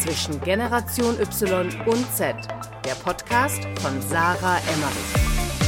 zwischen Generation Y und Z, der Podcast von Sarah Emmerich.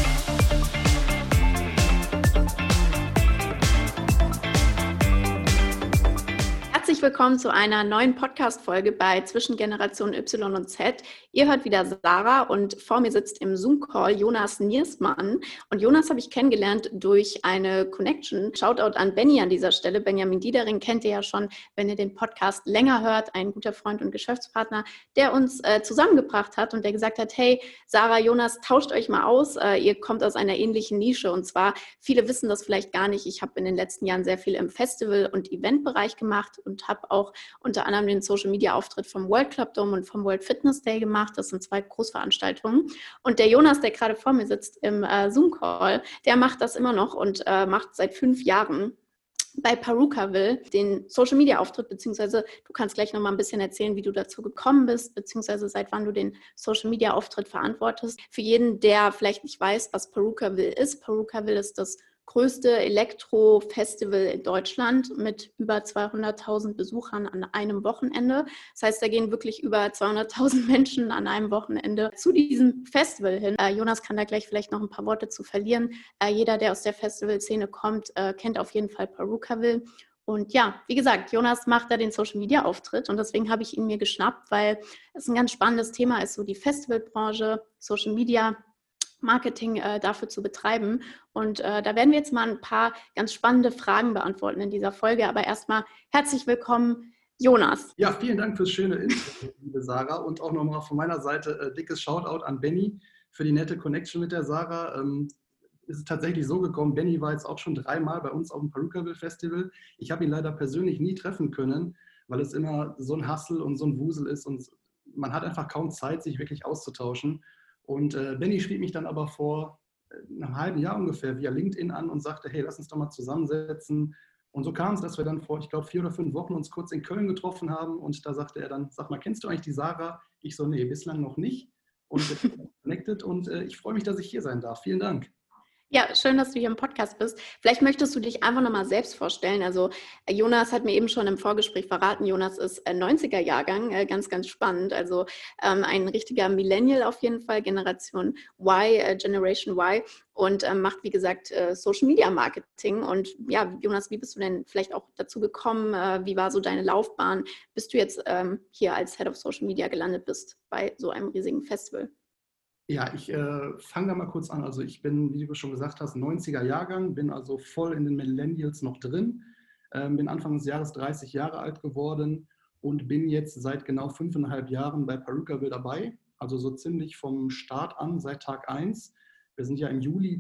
Herzlich willkommen zu einer neuen Podcast-Folge bei Zwischen Generation Y und Z. Ihr hört wieder Sarah und vor mir sitzt im Zoom-Call Jonas Niersmann. Und Jonas habe ich kennengelernt durch eine Connection. Shoutout an Benny an dieser Stelle. Benjamin Diedering kennt ihr ja schon, wenn ihr den Podcast länger hört. Ein guter Freund und Geschäftspartner, der uns zusammengebracht hat und der gesagt hat, hey, Sarah, Jonas, tauscht euch mal aus. Ihr kommt aus einer ähnlichen Nische. Und zwar, viele wissen das vielleicht gar nicht. Ich habe in den letzten Jahren sehr viel im Festival- und Eventbereich gemacht und habe auch unter anderem den Social-Media-Auftritt vom World Club Dome und vom World Fitness Day gemacht. Das sind 2 Großveranstaltungen. Und der Jonas, der gerade vor mir sitzt im Zoom-Call, der macht das immer noch und macht seit 5 Jahren bei Perukaville den Social-Media-Auftritt, beziehungsweise du kannst gleich nochmal ein bisschen erzählen, wie du dazu gekommen bist, beziehungsweise seit wann du den Social-Media-Auftritt verantwortest. Für jeden, der vielleicht nicht weiß, was Perukaville ist das größte Elektro-Festival in Deutschland mit über 200.000 Besuchern an einem Wochenende. Das heißt, da gehen wirklich über 200.000 Menschen an einem Wochenende zu diesem Festival hin. Jonas kann da gleich vielleicht noch ein paar Worte zu verlieren. Jeder, der aus der Festivalszene kommt, kennt auf jeden Fall Perukaville. Und ja, wie gesagt, Jonas macht da den Social-Media-Auftritt und deswegen habe ich ihn mir geschnappt, weil es ein ganz spannendes Thema ist, so die Festivalbranche, Social-Media, Marketing dafür zu betreiben. Und da werden wir jetzt mal ein paar ganz spannende Fragen beantworten in dieser Folge. Aber erstmal herzlich willkommen, Jonas. Ja, vielen Dank fürs schöne Intro, liebe Sarah. Und auch nochmal von meiner Seite dickes Shoutout an Benny für die nette Connection mit der Sarah. Es ist tatsächlich so gekommen, Benny war jetzt auch schon 3-mal bei uns auf dem Perukaville Festival. Ich habe ihn leider persönlich nie treffen können, weil es immer so ein Hassel und so ein Wusel ist und man hat einfach kaum Zeit, sich wirklich auszutauschen. Und Benny schrieb mich dann aber vor einem halben Jahr ungefähr via LinkedIn an und sagte, hey, lass uns doch mal zusammensetzen. Und so kam es, dass wir dann vor, ich glaube, 4 oder 5 Wochen uns kurz in Köln getroffen haben. Und da sagte er dann, sag mal, kennst du eigentlich die Sarah? Ich so, nee, bislang noch nicht. Und wir sind connected und ich freue mich, dass ich hier sein darf. Vielen Dank. Ja, schön, dass du hier im Podcast bist. Vielleicht möchtest du dich einfach nochmal selbst vorstellen. Also Jonas hat mir eben schon im Vorgespräch verraten, Jonas ist 90er-Jahrgang, ganz, ganz spannend. Also ein richtiger Millennial auf jeden Fall, Generation Y und macht, wie gesagt, Social-Media-Marketing. Und ja, Jonas, wie bist du denn vielleicht auch dazu gekommen? Wie war so deine Laufbahn, bis du jetzt hier als Head of Social Media gelandet bist bei so einem riesigen Festival? Ja, ich fange da mal kurz an. Also ich bin, wie du schon gesagt hast, 90er-Jahrgang, bin also voll in den Millennials noch drin, bin Anfang des Jahres 30 Jahre alt geworden und bin jetzt seit genau 5,5 Jahren bei Perukaville dabei, also so ziemlich vom Start an, seit Tag 1. Wir sind ja im Juli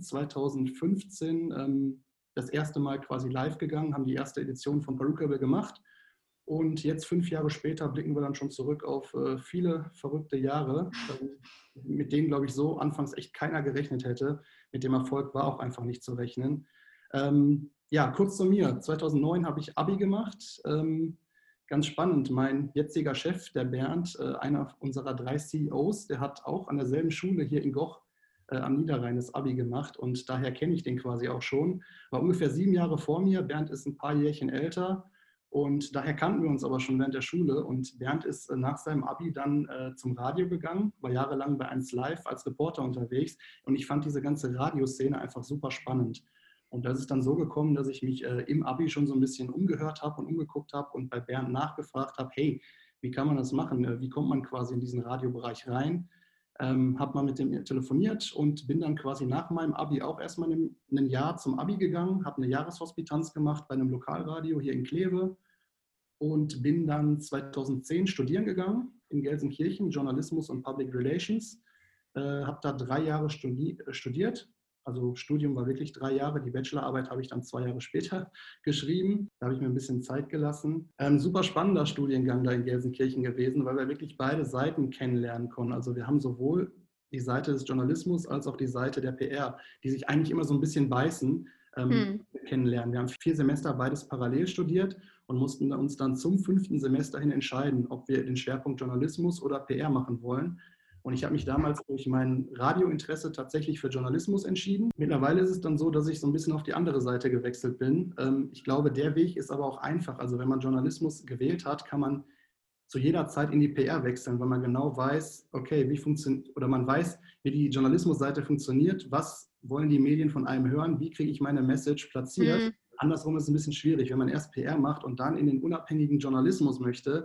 2015 das erste Mal quasi live gegangen, haben die erste Edition von Perukaville gemacht. Und jetzt 5 Jahre später blicken wir dann schon zurück auf viele verrückte Jahre, mit denen, glaube ich, so anfangs echt keiner gerechnet hätte. Mit dem Erfolg war auch einfach nicht zu rechnen. Ja, kurz zu mir. 2009 habe ich Abi gemacht. Ganz spannend, mein jetziger Chef, der Bernd, einer unserer 3 CEOs, der hat auch an derselben Schule hier in Goch am Niederrhein das Abi gemacht und daher kenne ich den quasi auch schon. War ungefähr 7 Jahre vor mir. Bernd ist ein paar Jährchen älter. Und daher kannten wir uns aber schon während der Schule. Und Bernd ist nach seinem Abi dann zum Radio gegangen, war jahrelang bei 1 Live als Reporter unterwegs. Und ich fand diese ganze Radioszene einfach super spannend. Und das ist dann so gekommen, dass ich mich im Abi schon so ein bisschen umgehört habe und umgeguckt habe und bei Bernd nachgefragt habe, hey, wie kann man das machen? Wie kommt man quasi in diesen Radiobereich rein? Habe mal mit dem telefoniert und bin dann quasi nach meinem Abi auch erstmal ein Jahr zum Abi gegangen, habe eine Jahreshospitanz gemacht bei einem Lokalradio hier in Kleve und bin dann 2010 studieren gegangen in Gelsenkirchen, Journalismus und Public Relations. Habe da 3 Jahre studiert. Also Studium war wirklich 3 Jahre. Die Bachelorarbeit habe ich dann 2 Jahre später geschrieben. Da habe ich mir ein bisschen Zeit gelassen. Super spannender Studiengang da in Gelsenkirchen gewesen, weil wir wirklich beide Seiten kennenlernen konnten. Also wir haben sowohl die Seite des Journalismus als auch die Seite der PR, die sich eigentlich immer so ein bisschen beißen, kennenlernen. Wir haben 4 Semester beides parallel studiert und mussten uns dann zum 5. Semester hin entscheiden, ob wir den Schwerpunkt Journalismus oder PR machen wollen. Und ich habe mich damals durch mein Radiointeresse tatsächlich für Journalismus entschieden. Mittlerweile ist es dann so, dass ich so ein bisschen auf die andere Seite gewechselt bin. Ich glaube, der Weg ist aber auch einfach. Also wenn man Journalismus gewählt hat, kann man zu jeder Zeit in die PR wechseln, weil man genau weiß, okay, wie funktioniert, oder man weiß, wie die Journalismusseite funktioniert, was wollen die Medien von einem hören, wie kriege ich meine Message platziert. Andersrum ist es ein bisschen schwierig, wenn man erst PR macht und dann in den unabhängigen Journalismus möchte,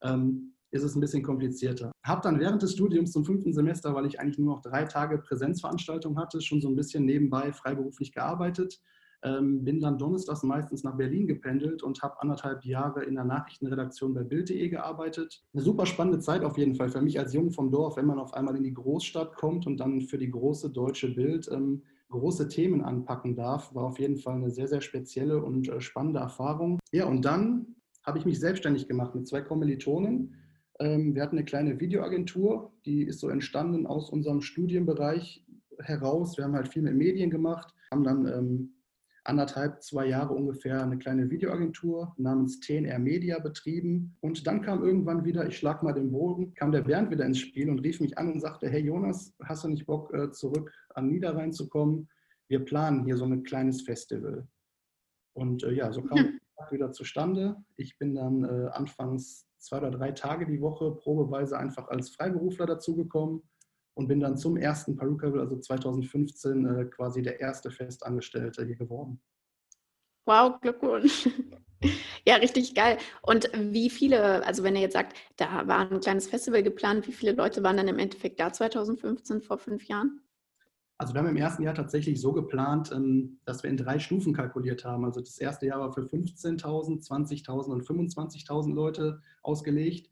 ist es ein bisschen komplizierter. Habe dann während des Studiums zum 5. Semester, weil ich eigentlich nur noch 3 Tage Präsenzveranstaltung hatte, schon so ein bisschen nebenbei freiberuflich gearbeitet. Bin dann donnerstags meistens nach Berlin gependelt und habe 1,5 Jahre in der Nachrichtenredaktion bei Bild.de gearbeitet. Eine super spannende Zeit auf jeden Fall für mich als Jung vom Dorf, wenn man auf einmal in die Großstadt kommt und dann für die große deutsche Bild große Themen anpacken darf. War auf jeden Fall eine sehr, sehr spezielle und spannende Erfahrung. Ja, und dann habe ich mich selbstständig gemacht mit 2 Kommilitonen. Wir hatten eine kleine Videoagentur, die ist so entstanden aus unserem Studienbereich heraus. Wir haben halt viel mit Medien gemacht, haben dann 1,5, 2 Jahre ungefähr eine kleine Videoagentur namens TNR Media betrieben. Und dann kam irgendwann wieder, ich schlag mal den Bogen, kam der Bernd wieder ins Spiel und rief mich an und sagte, hey Jonas, hast du nicht Bock, zurück an Niederrhein zu kommen? Wir planen hier so ein kleines Festival. Und ja, so kam es wieder zustande. Ich bin dann anfangs 2 oder 3 Tage die Woche probeweise einfach als Freiberufler dazugekommen und bin dann zum ersten Perukaville, also 2015, quasi der erste Festangestellte hier geworden. Wow, Glückwunsch. Ja, richtig geil. Und wie viele, also wenn ihr jetzt sagt, da war ein kleines Festival geplant, wie viele Leute waren dann im Endeffekt da 2015, vor 5 Jahren? Also wir haben im ersten Jahr tatsächlich so geplant, dass wir in 3 Stufen kalkuliert haben. Also das erste Jahr war für 15.000, 20.000 und 25.000 Leute ausgelegt.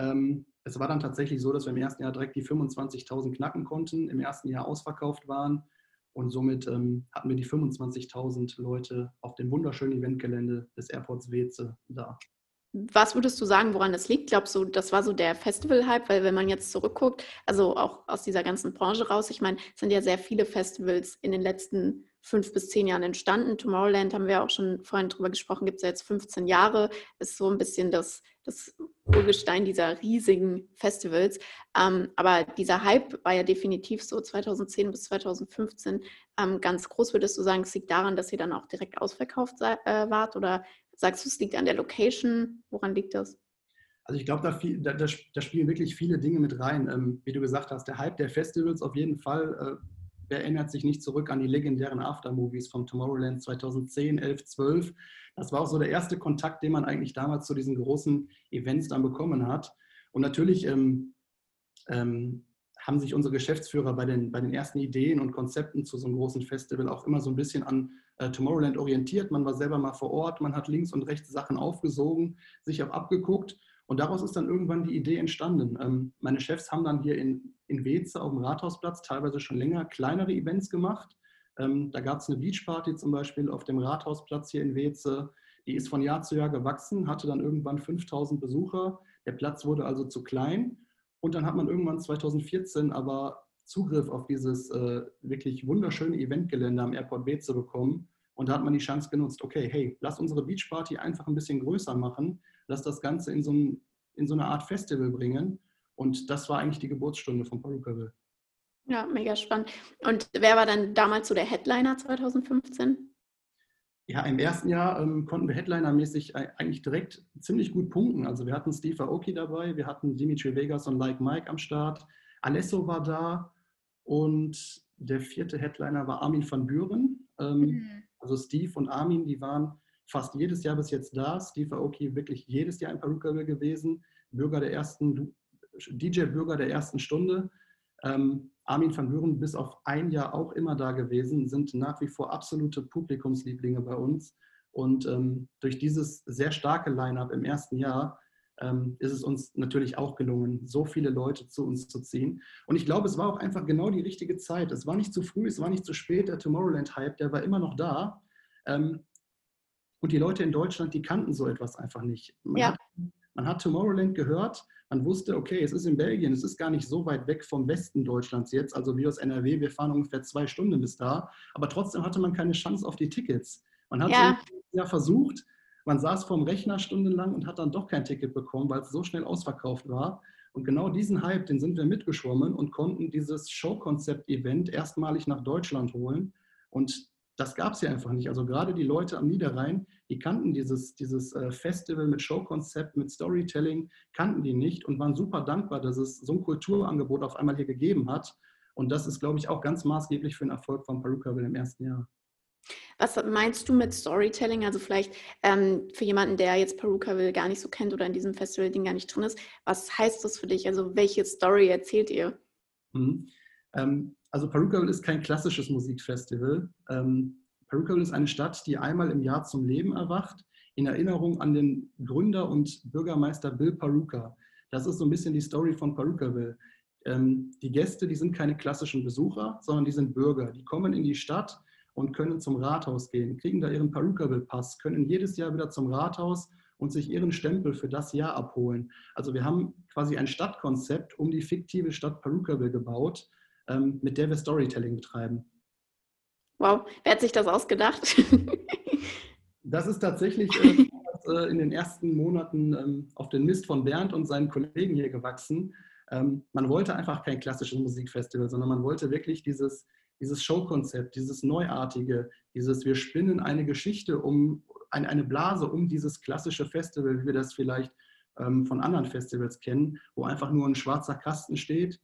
Es war dann tatsächlich so, dass wir im ersten Jahr direkt die 25.000 knacken konnten, im ersten Jahr ausverkauft waren und somit hatten wir die 25.000 Leute auf dem wunderschönen Eventgelände des Airports Weeze da. Was würdest du sagen, woran das liegt? Glaubst du, das war so der Festival-Hype? Weil wenn man jetzt zurückguckt, also auch aus dieser ganzen Branche raus, ich meine, es sind ja sehr viele Festivals in den letzten 5 bis 10 Jahren entstanden. Tomorrowland haben wir auch schon vorhin drüber gesprochen, gibt es ja jetzt 15 Jahre, ist so ein bisschen das Urgestein dieser riesigen Festivals. Aber dieser Hype war ja definitiv so 2010 bis 2015 ganz groß. Würdest du sagen, es liegt daran, dass ihr dann auch direkt ausverkauft wart? Oder sagst du, es liegt an der Location? Woran liegt das? Also ich glaube, da spielen wirklich viele Dinge mit rein. Wie du gesagt hast, der Hype der Festivals auf jeden Fall. Wer erinnert sich nicht zurück an die legendären Aftermovies vom Tomorrowland 2010, 11, 12? Das war auch so der erste Kontakt, den man eigentlich damals zu diesen großen Events dann bekommen hat. Und natürlich haben sich unsere Geschäftsführer bei den ersten Ideen und Konzepten zu so einem großen Festival auch immer so ein bisschen an Tomorrowland orientiert. Man war selber mal vor Ort, man hat links und rechts Sachen aufgesogen, sich auch abgeguckt und daraus ist dann irgendwann die Idee entstanden. Meine Chefs haben dann hier in Weeze auf dem Rathausplatz teilweise schon länger kleinere Events gemacht. Da gab es eine Beachparty zum Beispiel auf dem Rathausplatz hier in Weeze. Die ist von Jahr zu Jahr gewachsen, hatte dann irgendwann 5.000 Besucher. Der Platz wurde also zu klein. Und dann hat man irgendwann 2014 aber Zugriff auf dieses wirklich wunderschöne Eventgelände am Airport Weeze bekommen. Und da hat man die Chance genutzt, okay, hey, lass unsere Beachparty einfach ein bisschen größer machen. Lass das Ganze in so eine Art Festival bringen. Und das war eigentlich die Geburtsstunde von Perukaville. Ja, mega spannend. Und wer war dann damals so der Headliner 2015? Ja, im ersten Jahr konnten wir Headliner-mäßig eigentlich direkt ziemlich gut punkten. Also wir hatten Steve Aoki dabei, wir hatten Dimitri Vegas und Like Mike am Start, Alesso war da und der 4. Headliner war Armin van Buuren. Also Steve und Armin, die waren fast jedes Jahr bis jetzt da. Steve Aoki wirklich jedes Jahr in Perukaville gewesen, DJ-Bürger der ersten Stunde. Armin van Buuren bis auf ein Jahr auch immer da gewesen, sind nach wie vor absolute Publikumslieblinge bei uns. Und durch dieses sehr starke Line-Up im ersten Jahr ist es uns natürlich auch gelungen, so viele Leute zu uns zu ziehen. Und ich glaube, es war auch einfach genau die richtige Zeit. Es war nicht zu früh, es war nicht zu spät. Der Tomorrowland-Hype, der war immer noch da. Und die Leute in Deutschland, die kannten so etwas einfach nicht. Man hat Tomorrowland gehört, man wusste, okay, es ist in Belgien, es ist gar nicht so weit weg vom Westen Deutschlands jetzt, also wir aus NRW, wir fahren ungefähr 2 Stunden bis da, aber trotzdem hatte man keine Chance auf die Tickets. Man hat es ja versucht, man saß vorm Rechner stundenlang und hat dann doch kein Ticket bekommen, weil es so schnell ausverkauft war. Und genau diesen Hype, den sind wir mitgeschwommen und konnten dieses Showkonzept-Event erstmalig nach Deutschland holen. Und das gab es ja einfach nicht. Also gerade die Leute am Niederrhein, die kannten dieses Festival mit Showkonzept, mit Storytelling, kannten die nicht und waren super dankbar, dass es so ein Kulturangebot auf einmal hier gegeben hat. Und das ist, glaube ich, auch ganz maßgeblich für den Erfolg von Perukaville im ersten Jahr. Was meinst du mit Storytelling? Also vielleicht für jemanden, der jetzt Perukaville gar nicht so kennt oder in diesem Festival-Ding gar nicht drin ist, was heißt das für dich? Also welche Story erzählt ihr? Mhm. Also Perukaville ist kein klassisches Musikfestival. Perukaville ist eine Stadt, die einmal im Jahr zum Leben erwacht, in Erinnerung an den Gründer und Bürgermeister Bill Peruka. Das ist so ein bisschen die Story von Perukaville. Die Gäste, die sind keine klassischen Besucher, sondern die sind Bürger. Die kommen in die Stadt und können zum Rathaus gehen, kriegen da ihren Perukaville-Pass, können jedes Jahr wieder zum Rathaus und sich ihren Stempel für das Jahr abholen. Also wir haben quasi ein Stadtkonzept um die fiktive Stadt Perukaville gebaut, mit der wir Storytelling betreiben. Wow, wer hat sich das ausgedacht? Das ist tatsächlich in den ersten Monaten auf den Mist von Bernd und seinen Kollegen hier gewachsen. Man wollte einfach kein klassisches Musikfestival, sondern man wollte wirklich dieses Showkonzept, dieses Neuartige, wir spinnen eine Geschichte eine Blase um dieses klassische Festival, wie wir das vielleicht von anderen Festivals kennen, wo einfach nur ein schwarzer Kasten steht,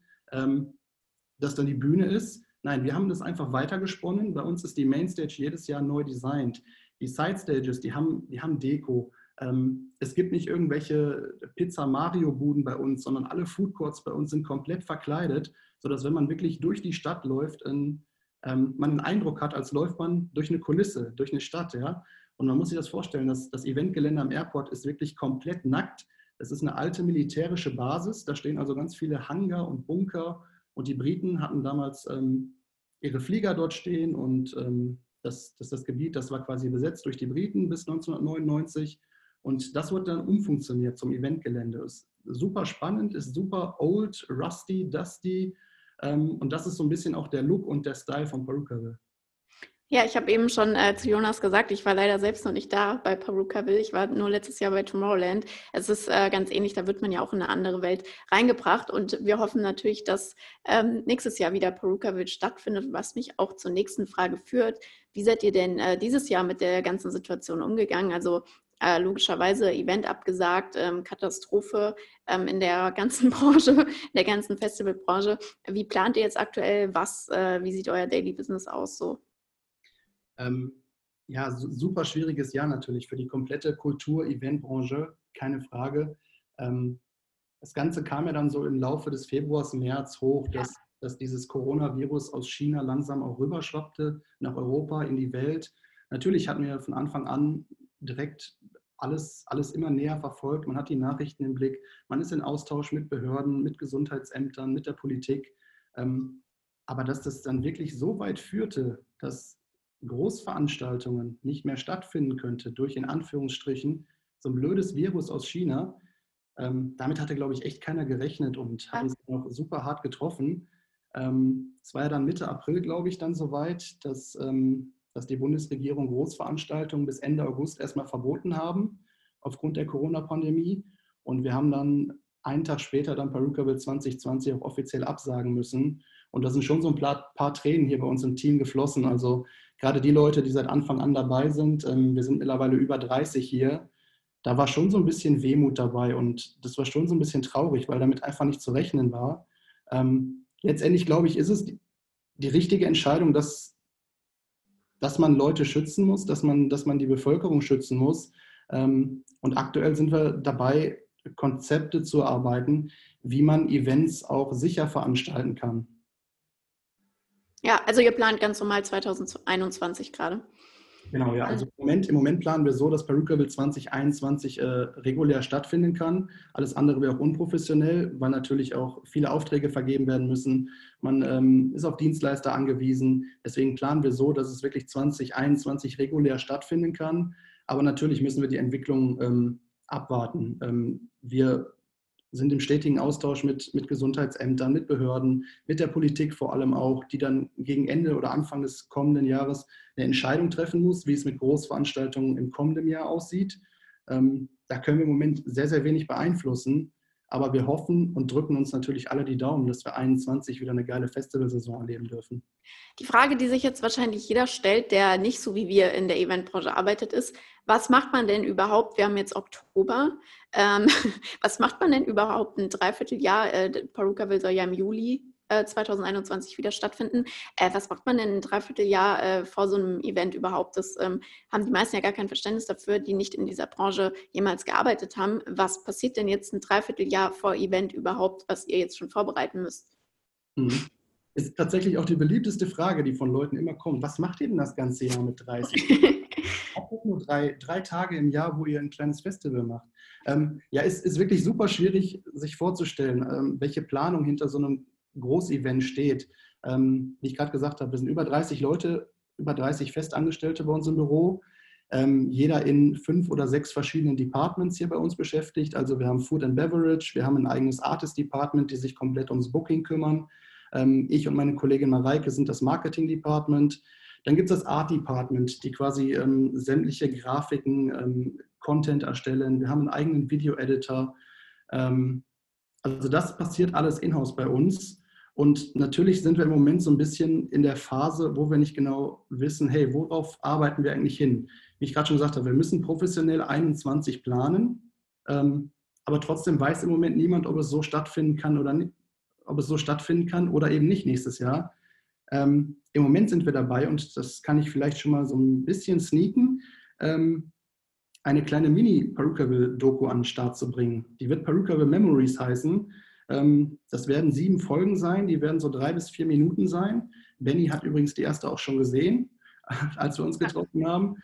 das dann die Bühne ist. Nein, wir haben das einfach weitergesponnen. Bei uns ist die Mainstage jedes Jahr neu designt. Die Sidestages, die haben Deko. Es gibt nicht irgendwelche Pizza-Mario-Buden bei uns, sondern alle Foodcourts bei uns sind komplett verkleidet, sodass, wenn man wirklich durch die Stadt läuft, man einen Eindruck hat, als läuft man durch eine Kulisse, durch eine Stadt. Ja? Und man muss sich das vorstellen, das Eventgelände am Airport ist wirklich komplett nackt. Es ist eine alte militärische Basis, da stehen also ganz viele Hangar und Bunker. Und die Briten hatten damals ihre Flieger dort stehen und das Gebiet, das war quasi besetzt durch die Briten bis 1999. Und das wurde dann umfunktioniert zum Eventgelände. Ist super spannend, ist super old, rusty, dusty. Und das ist so ein bisschen auch der Look und der Style von Perukaville. Ja, ich habe eben schon zu Jonas gesagt, ich war leider selbst noch nicht da bei Perukaville. Ich war nur letztes Jahr bei Tomorrowland. Es ist ganz ähnlich, da wird man ja auch in eine andere Welt reingebracht. Und wir hoffen natürlich, dass nächstes Jahr wieder Perukaville stattfindet, was mich auch zur nächsten Frage führt. Wie seid ihr denn dieses Jahr mit der ganzen Situation umgegangen? Also logischerweise Event abgesagt, Katastrophe in der ganzen Branche, in der ganzen Festivalbranche. Wie plant ihr jetzt aktuell wie sieht euer Daily Business aus so? Ja, super schwieriges Jahr natürlich für die komplette Kultur-Event-Branche, keine Frage. Das Ganze kam ja dann so im Laufe des Februars, März hoch, dass dieses Coronavirus aus China langsam auch rüberschwappte nach Europa, in die Welt. Natürlich hatten wir von Anfang an direkt alles immer näher verfolgt. Man hat die Nachrichten im Blick, man ist in Austausch mit Behörden, mit Gesundheitsämtern, mit der Politik. Aber dass das dann wirklich so weit führte, dass Großveranstaltungen nicht mehr stattfinden könnte durch in Anführungsstrichen so ein blödes Virus aus China, damit hatte, glaube ich, echt keiner gerechnet und hat uns noch super hart getroffen. Es war ja dann Mitte April, glaube ich, dann soweit, dass die Bundesregierung Großveranstaltungen bis Ende August erstmal verboten haben, aufgrund der Corona-Pandemie. Und wir haben dann einen Tag später dann Perukaville 2020 auch offiziell absagen müssen. Und da sind schon so ein paar Tränen hier bei uns im Team geflossen. Also gerade die Leute, die seit Anfang an dabei sind, wir sind mittlerweile über 30 hier, da war schon so ein bisschen Wehmut dabei und das war schon so ein bisschen traurig, weil damit einfach nicht zu rechnen war. Letztendlich, glaube ich, ist es die richtige Entscheidung, dass man Leute schützen muss, dass man die Bevölkerung schützen muss. Und aktuell sind wir dabei, Konzepte zu erarbeiten, wie man Events auch sicher veranstalten kann. Ja, also ihr plant ganz normal 2021 gerade. Genau, ja. Also im Moment planen wir so, dass Perukaville 2021 regulär stattfinden kann. Alles andere wäre auch unprofessionell, weil natürlich auch viele Aufträge vergeben werden müssen. Man ist auf Dienstleister angewiesen. Deswegen planen wir so, dass es wirklich 2021 regulär stattfinden kann. Aber natürlich müssen wir die Entwicklung abwarten. Wir sind im stetigen Austausch mit Gesundheitsämtern, mit Behörden, mit der Politik vor allem auch, die dann gegen Ende oder Anfang des kommenden Jahres eine Entscheidung treffen muss, wie es mit Großveranstaltungen im kommenden Jahr aussieht. Da können wir im Moment sehr, sehr wenig beeinflussen. Aber wir hoffen und drücken uns natürlich alle die Daumen, dass wir 2021 wieder eine geile Festivalsaison erleben dürfen. Die Frage, die sich jetzt wahrscheinlich jeder stellt, der nicht so wie wir in der Eventbranche arbeitet, ist, was macht man denn überhaupt, wir haben jetzt Oktober, was macht man denn überhaupt ein Dreivierteljahr, Perukaville soll ja im Juli 2021 wieder stattfinden. Was macht man denn ein Dreivierteljahr vor so einem Event überhaupt? Das haben die meisten ja gar kein Verständnis dafür, die nicht in dieser Branche jemals gearbeitet haben. Was passiert denn jetzt ein Dreivierteljahr vor Event überhaupt, was ihr jetzt schon vorbereiten müsst? Ist tatsächlich auch die beliebteste Frage, die von Leuten immer kommt. Was macht ihr denn das ganze Jahr mit 30? Auch nur drei Tage im Jahr, wo ihr ein kleines Festival macht. Es ist wirklich super schwierig, sich vorzustellen, welche Planung hinter so einem Großevent steht. Wie ich gerade gesagt habe, wir sind über 30 Leute, über 30 Festangestellte bei uns im Büro. Jeder in 5 oder 6 verschiedenen Departments hier bei uns beschäftigt. Also wir haben Food and Beverage, wir haben ein eigenes Artist-Department, die sich komplett ums Booking kümmern. Ich und meine Kollegin Mareike sind das Marketing-Department. Dann gibt es das Art-Department, die quasi sämtliche Grafiken, Content erstellen. Wir haben einen eigenen Video-Editor. Also das passiert alles in-house bei uns. Und natürlich sind wir im Moment so ein bisschen in der Phase, wo wir nicht genau wissen, hey, worauf arbeiten wir eigentlich hin? Wie ich gerade schon gesagt habe, wir müssen professionell 21 planen, aber trotzdem weiß im Moment niemand, ob es so stattfinden kann oder nicht, ob es so stattfinden kann oder eben nicht nächstes Jahr. Im Moment sind wir dabei, und das kann ich vielleicht schon mal so ein bisschen sneaken, eine kleine Mini-Perukaville-Doku an den Start zu bringen. Die wird Perukaville Memories heißen. Das werden 7 Folgen sein, die werden so 3 bis 4 Minuten sein. Benny hat übrigens die erste auch schon gesehen, als wir uns getroffen haben.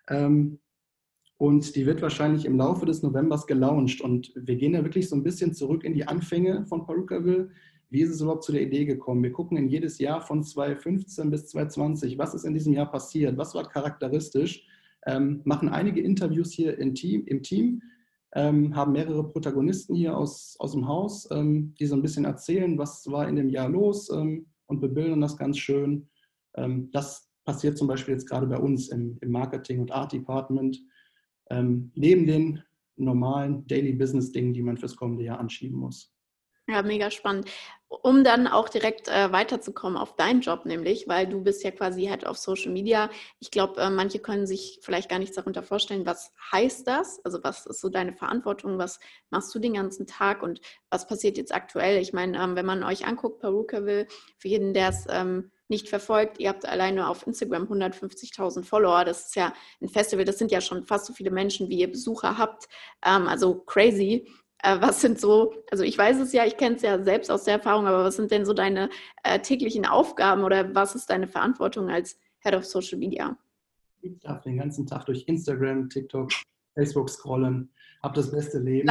Und die wird wahrscheinlich im Laufe des Novembers gelauncht. Und wir gehen da wirklich so ein bisschen zurück in die Anfänge von Perukaville. Wie ist es überhaupt zu der Idee gekommen? Wir gucken in jedes Jahr von 2015 bis 2020. Was ist in diesem Jahr passiert? Was war charakteristisch? Machen einige Interviews hier im Team, haben mehrere Protagonisten hier aus dem Haus, die so ein bisschen erzählen, was war in dem Jahr los, und bebildern das ganz schön. Das passiert zum Beispiel jetzt gerade bei uns im Marketing- und Art-Department, neben den normalen Daily-Business-Dingen, die man fürs kommende Jahr anschieben muss. Ja, mega spannend. Um dann auch direkt weiterzukommen auf deinen Job nämlich, weil du bist ja quasi Head of Social Media. Ich glaube, manche können sich vielleicht gar nichts darunter vorstellen. Was heißt das? Also was ist so deine Verantwortung? Was machst du den ganzen Tag und was passiert jetzt aktuell? Ich meine, wenn man euch anguckt, Perukaville, für jeden, der es nicht verfolgt, ihr habt alleine auf Instagram 150.000 Follower. Das ist ja ein Festival, das sind ja schon fast so viele Menschen, wie ihr Besucher habt. Also crazy. Was sind so, also ich weiß es ja, ich kenne es ja selbst aus der Erfahrung, aber was sind denn so deine täglichen Aufgaben oder was ist deine Verantwortung als Head of Social Media? Ich darf den ganzen Tag durch Instagram, TikTok, Facebook scrollen, habe das beste Leben.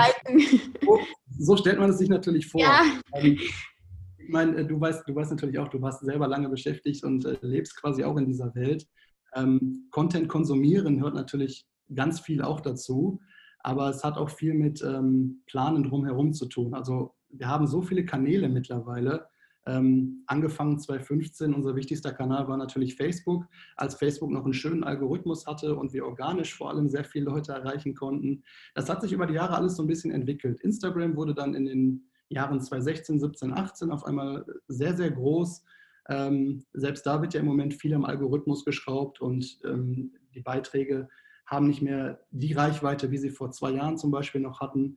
So stellt man es sich natürlich vor. Ja. Ich meine, du weißt natürlich auch, du warst selber lange beschäftigt und lebst quasi auch in dieser Welt. Content konsumieren hört natürlich ganz viel auch dazu. Aber es hat auch viel mit Planen drumherum zu tun. Also wir haben so viele Kanäle mittlerweile. Angefangen 2015, unser wichtigster Kanal war natürlich Facebook, als Facebook noch einen schönen Algorithmus hatte und wir organisch vor allem sehr viele Leute erreichen konnten. Das hat sich über die Jahre alles so ein bisschen entwickelt. Instagram wurde dann in den Jahren 2016, 17, 18 auf einmal sehr, sehr groß. Selbst da wird ja im Moment viel am Algorithmus geschraubt und die Beiträge haben nicht mehr die Reichweite, wie sie vor 2 Jahren zum Beispiel noch hatten.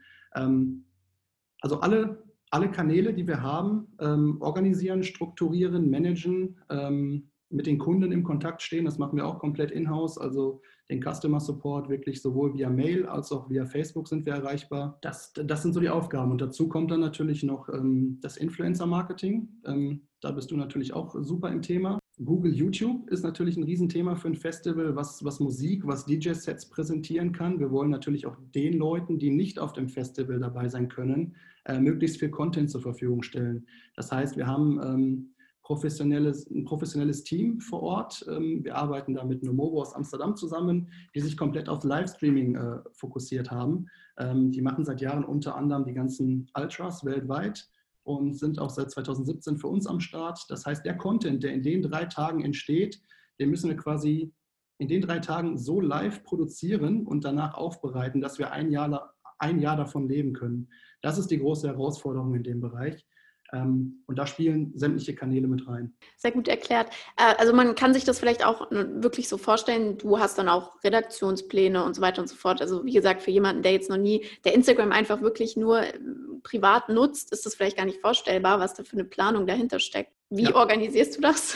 Also alle Kanäle, die wir haben, organisieren, strukturieren, managen, mit den Kunden im Kontakt stehen. Das machen wir auch komplett in-house. Also den Customer Support wirklich sowohl via Mail als auch via Facebook sind wir erreichbar. Das sind so die Aufgaben. Und dazu kommt dann natürlich noch das Influencer-Marketing. Da bist du natürlich auch super im Thema. Google YouTube ist natürlich ein Riesenthema für ein Festival, was Musik, was DJ-Sets präsentieren kann. Wir wollen natürlich auch den Leuten, die nicht auf dem Festival dabei sein können, möglichst viel Content zur Verfügung stellen. Das heißt, wir haben ein professionelles Team vor Ort. Wir arbeiten da mit Nomovo aus Amsterdam zusammen, die sich komplett auf Livestreaming fokussiert haben. Die machen seit Jahren unter anderem die ganzen Ultras weltweit und sind auch seit 2017 für uns am Start. Das heißt, der Content, der in den 3 Tagen entsteht, den müssen wir quasi in den 3 Tagen so live produzieren und danach aufbereiten, dass wir ein Jahr ein Jahr davon leben können. Das ist die große Herausforderung in dem Bereich. Und da spielen sämtliche Kanäle mit rein. Sehr gut erklärt. Also man kann sich das vielleicht auch wirklich so vorstellen, du hast dann auch Redaktionspläne und so weiter und so fort. Also wie gesagt, für jemanden, der jetzt noch nie, der Instagram einfach wirklich nur privat nutzt, ist das vielleicht gar nicht vorstellbar, was da für eine Planung dahinter steckt. Wie organisierst du das?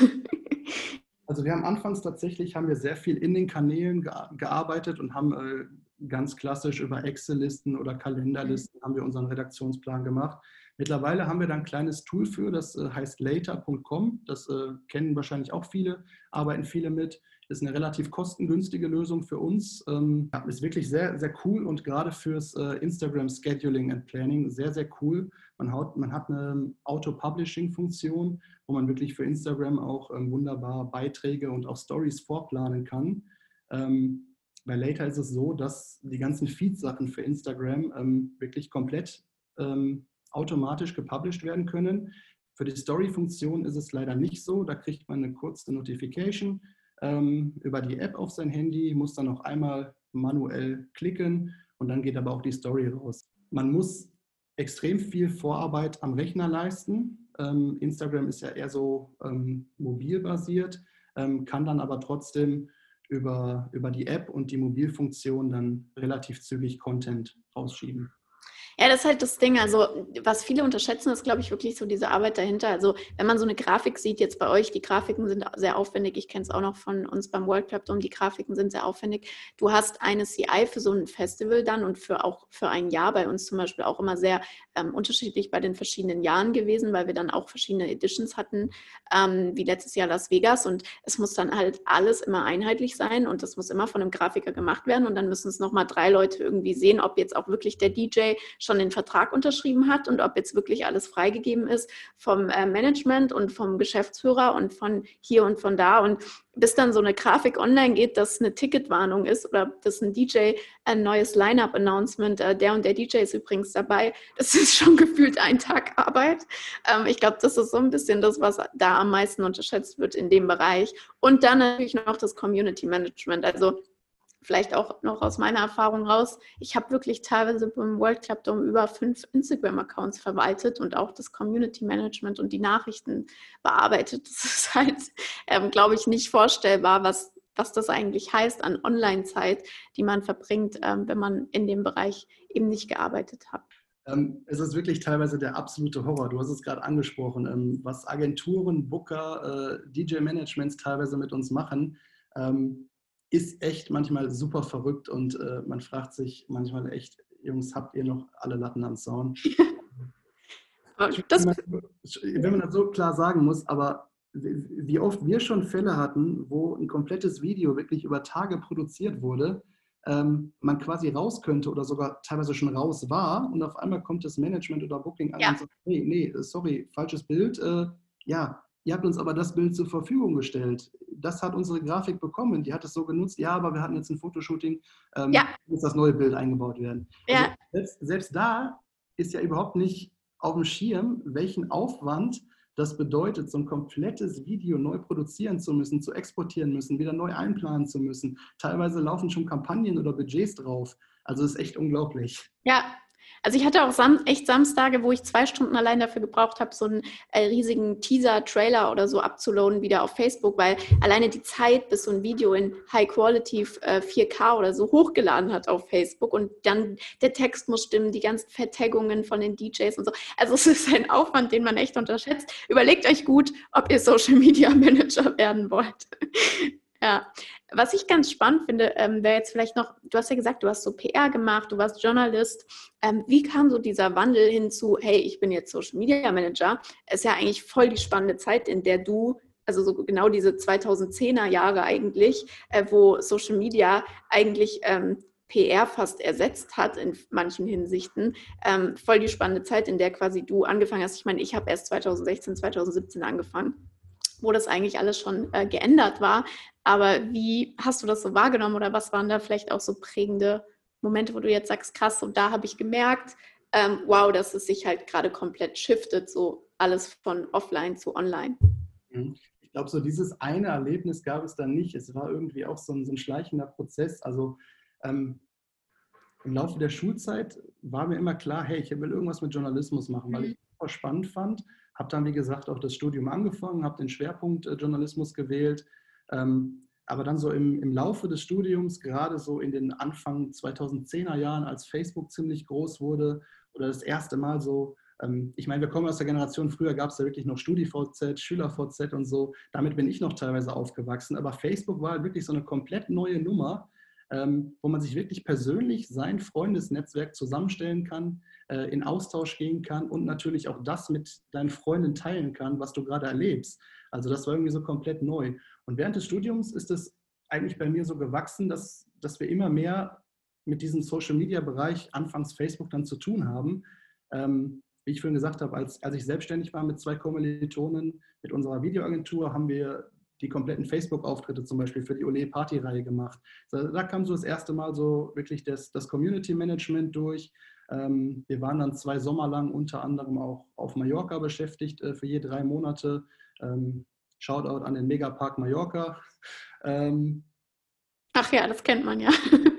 Also wir haben anfangs tatsächlich, haben wir sehr viel in den Kanälen gearbeitet und haben ganz klassisch über Excel-Listen oder Kalenderlisten haben wir unseren Redaktionsplan gemacht. Mittlerweile haben wir da ein kleines Tool für, das heißt later.com. Das kennen wahrscheinlich auch viele, arbeiten viele mit. Ist eine relativ kostengünstige Lösung für uns. Ist wirklich sehr, sehr cool und gerade fürs Instagram Scheduling and Planning sehr, sehr cool. Man hat eine Auto-Publishing-Funktion, wo man wirklich für Instagram auch wunderbar Beiträge und auch Stories vorplanen kann. Bei Later ist es so, dass die ganzen Feed-Sachen für Instagram wirklich komplett automatisch gepublished werden können. Für die Story-Funktion ist es leider nicht so. Da kriegt man eine kurze Notification über die App auf sein Handy, muss dann noch einmal manuell klicken und dann geht aber auch die Story raus. Man muss extrem viel Vorarbeit am Rechner leisten. Instagram ist ja eher so mobil basiert, kann dann aber trotzdem über die App und die Mobilfunktion dann relativ zügig Content rausschieben. Ja, das ist halt das Ding. Also, was viele unterschätzen, ist, glaube ich, wirklich so diese Arbeit dahinter. Also, wenn man so eine Grafik sieht, jetzt bei euch, die Grafiken sind sehr aufwendig. Ich kenne es auch noch von uns beim World Club Dome, die Grafiken sind sehr aufwendig. Du hast eine CI für so ein Festival dann und auch für ein Jahr, bei uns zum Beispiel auch immer sehr unterschiedlich bei den verschiedenen Jahren gewesen, weil wir dann auch verschiedene Editions hatten, wie letztes Jahr Las Vegas. Und es muss dann halt alles immer einheitlich sein und das muss immer von einem Grafiker gemacht werden. Und dann müssen es nochmal 3 Leute irgendwie sehen, ob jetzt auch wirklich der DJ schon den Vertrag unterschrieben hat und ob jetzt wirklich alles freigegeben ist vom Management und vom Geschäftsführer und von hier und von da. Und bis dann so eine Grafik online geht, dass eine Ticketwarnung ist oder dass ein DJ ein neues Line-Up-Announcement, der und der DJ ist übrigens dabei, das ist schon gefühlt ein Tag Arbeit. Ich glaube, das ist so ein bisschen das, was da am meisten unterschätzt wird in dem Bereich. Und dann natürlich noch das Community Management, also vielleicht auch noch aus meiner Erfahrung raus, ich habe wirklich teilweise beim World Club Dome über 5 Instagram-Accounts verwaltet und auch das Community Management und die Nachrichten bearbeitet. Das ist halt, glaube ich, nicht vorstellbar, was das eigentlich heißt an Online-Zeit, die man verbringt, wenn man in dem Bereich eben nicht gearbeitet hat. Es ist wirklich teilweise der absolute Horror. Du hast es gerade angesprochen, was Agenturen, Booker, DJ-Managements teilweise mit uns machen, ist echt manchmal super verrückt und man fragt sich manchmal echt, Jungs, habt ihr noch alle Latten am Zaun? Wenn man das so klar sagen muss, aber wie oft wir schon Fälle hatten, wo ein komplettes Video wirklich über Tage produziert wurde, man quasi raus könnte oder sogar teilweise schon raus war und auf einmal kommt das Management oder Booking an und sagt, nee, sorry, falsches Bild, ja, ihr habt uns aber das Bild zur Verfügung gestellt. Das hat unsere Grafik bekommen, die hat es so genutzt, ja, aber wir hatten jetzt ein Fotoshooting, muss das neue Bild eingebaut werden. Ja. Also selbst da ist ja überhaupt nicht auf dem Schirm, welchen Aufwand das bedeutet, so ein komplettes Video neu produzieren zu müssen, zu exportieren müssen, wieder neu einplanen zu müssen. Teilweise laufen schon Kampagnen oder Budgets drauf. Also das ist echt unglaublich. Ja, also ich hatte auch echt Samstage, wo ich 2 Stunden allein dafür gebraucht habe, so einen riesigen Teaser-Trailer oder so abzuladen wieder auf Facebook, weil alleine die Zeit, bis so ein Video in High-Quality 4K oder so hochgeladen hat auf Facebook und dann der Text muss stimmen, die ganzen Vertaggungen von den DJs und so. Also es ist ein Aufwand, den man echt unterschätzt. Überlegt euch gut, ob ihr Social-Media-Manager werden wollt. Ja, was ich ganz spannend finde, wäre jetzt vielleicht noch, du hast ja gesagt, du hast so PR gemacht, du warst Journalist. Wie kam so dieser Wandel hin zu, hey, ich bin jetzt Social Media Manager? Ist ja eigentlich voll die spannende Zeit, in der du, also so genau diese 2010er Jahre eigentlich, wo Social Media eigentlich PR fast ersetzt hat in manchen Hinsichten. Voll die spannende Zeit, in der quasi du angefangen hast. Ich meine, ich habe erst 2016, 2017 angefangen, wo das eigentlich alles schon geändert war. Aber wie hast du das so wahrgenommen oder was waren da vielleicht auch so prägende Momente, wo du jetzt sagst, krass, und da habe ich gemerkt, wow, dass es sich halt gerade komplett shiftet, so alles von offline zu online. Ich glaube, so dieses eine Erlebnis gab es dann nicht. Es war irgendwie auch so ein schleichender Prozess. Also im Laufe der Schulzeit war mir immer klar, hey, ich will irgendwas mit Journalismus machen, weil ich es super spannend fand. Habe dann, wie gesagt, auch das Studium angefangen, habe den Schwerpunkt Journalismus gewählt. Aber dann so im Laufe des Studiums, gerade so in den Anfang 2010er Jahren, als Facebook ziemlich groß wurde oder das erste Mal so, ich meine, wir kommen aus der Generation, früher gab es ja wirklich noch StudiVZ, SchülerVZ und so, damit bin ich noch teilweise aufgewachsen, aber Facebook war halt wirklich so eine komplett neue Nummer, wo man sich wirklich persönlich sein Freundesnetzwerk zusammenstellen kann, in Austausch gehen kann und natürlich auch das mit deinen Freunden teilen kann, was du gerade erlebst. Also das war irgendwie so komplett neu. Und während des Studiums ist es eigentlich bei mir so gewachsen, dass wir immer mehr mit diesem Social-Media-Bereich, anfangs Facebook, dann zu tun haben. Wie ich vorhin gesagt habe, als ich selbstständig war mit 2 Kommilitonen, mit unserer Videoagentur, haben wir die kompletten Facebook-Auftritte zum Beispiel für die Ole-Party-Reihe gemacht. Da kam so das erste Mal so wirklich das Community-Management durch. Wir waren dann 2 Sommer lang unter anderem auch auf Mallorca beschäftigt, für je 3 Monate. Shoutout an den Megapark Mallorca. Ach ja, das kennt man ja.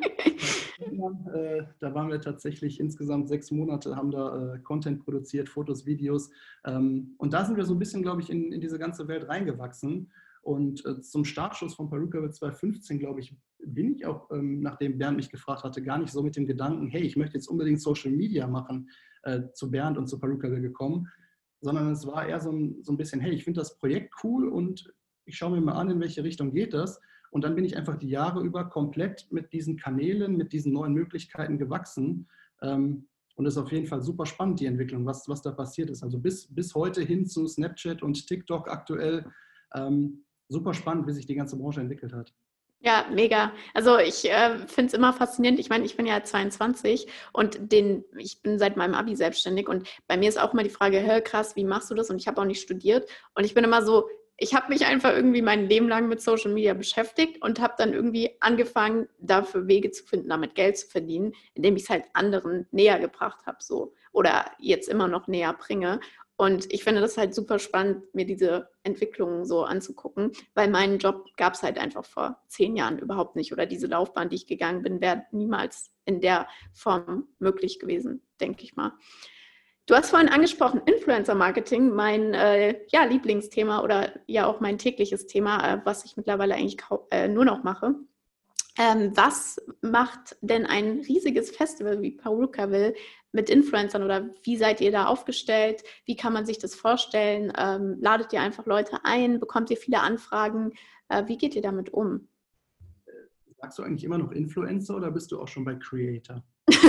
Da waren wir tatsächlich insgesamt 6 Monate, haben da Content produziert, Fotos, Videos. Und da sind wir so ein bisschen, glaube ich, in diese ganze Welt reingewachsen. Und zum Startschuss von Perukaville 2015, glaube ich, bin ich auch, nachdem Bernd mich gefragt hatte, gar nicht so mit dem Gedanken, hey, ich möchte jetzt unbedingt Social Media machen, zu Bernd und zu Perukaville gekommen, sondern es war eher so ein bisschen, hey, ich finde das Projekt cool und ich schaue mir mal an, in welche Richtung geht das. Und dann bin ich einfach die Jahre über komplett mit diesen Kanälen, mit diesen neuen Möglichkeiten gewachsen. Und es ist auf jeden Fall super spannend, die Entwicklung, was da passiert ist. Also bis heute hin zu Snapchat und TikTok aktuell. Super spannend, wie sich die ganze Branche entwickelt hat. Ja, mega. Also ich finde es immer faszinierend. Ich meine, ich bin ja 22 und ich bin seit meinem Abi selbstständig und bei mir ist auch immer die Frage, hä, krass, wie machst du das? Und ich habe auch nicht studiert und ich bin immer so, ich habe mich einfach irgendwie mein Leben lang mit Social Media beschäftigt und habe dann irgendwie angefangen, dafür Wege zu finden, damit Geld zu verdienen, indem ich es halt anderen näher gebracht habe, so, oder jetzt immer noch näher bringe. Und ich finde das halt super spannend, mir diese Entwicklungen so anzugucken, weil meinen Job gab es halt einfach vor 10 Jahren überhaupt nicht. Oder diese Laufbahn, die ich gegangen bin, wäre niemals in der Form möglich gewesen, denke ich mal. Du hast vorhin angesprochen, Influencer-Marketing, mein Lieblingsthema oder ja auch mein tägliches Thema, was ich mittlerweile eigentlich nur noch mache. Was macht denn ein riesiges Festival wie Perukaville mit Influencern oder wie seid ihr da aufgestellt? Wie kann man sich das vorstellen? Ladet ihr einfach Leute ein? Bekommt ihr viele Anfragen? Wie geht ihr damit um? Sagst du eigentlich immer noch Influencer oder bist du auch schon bei Creator?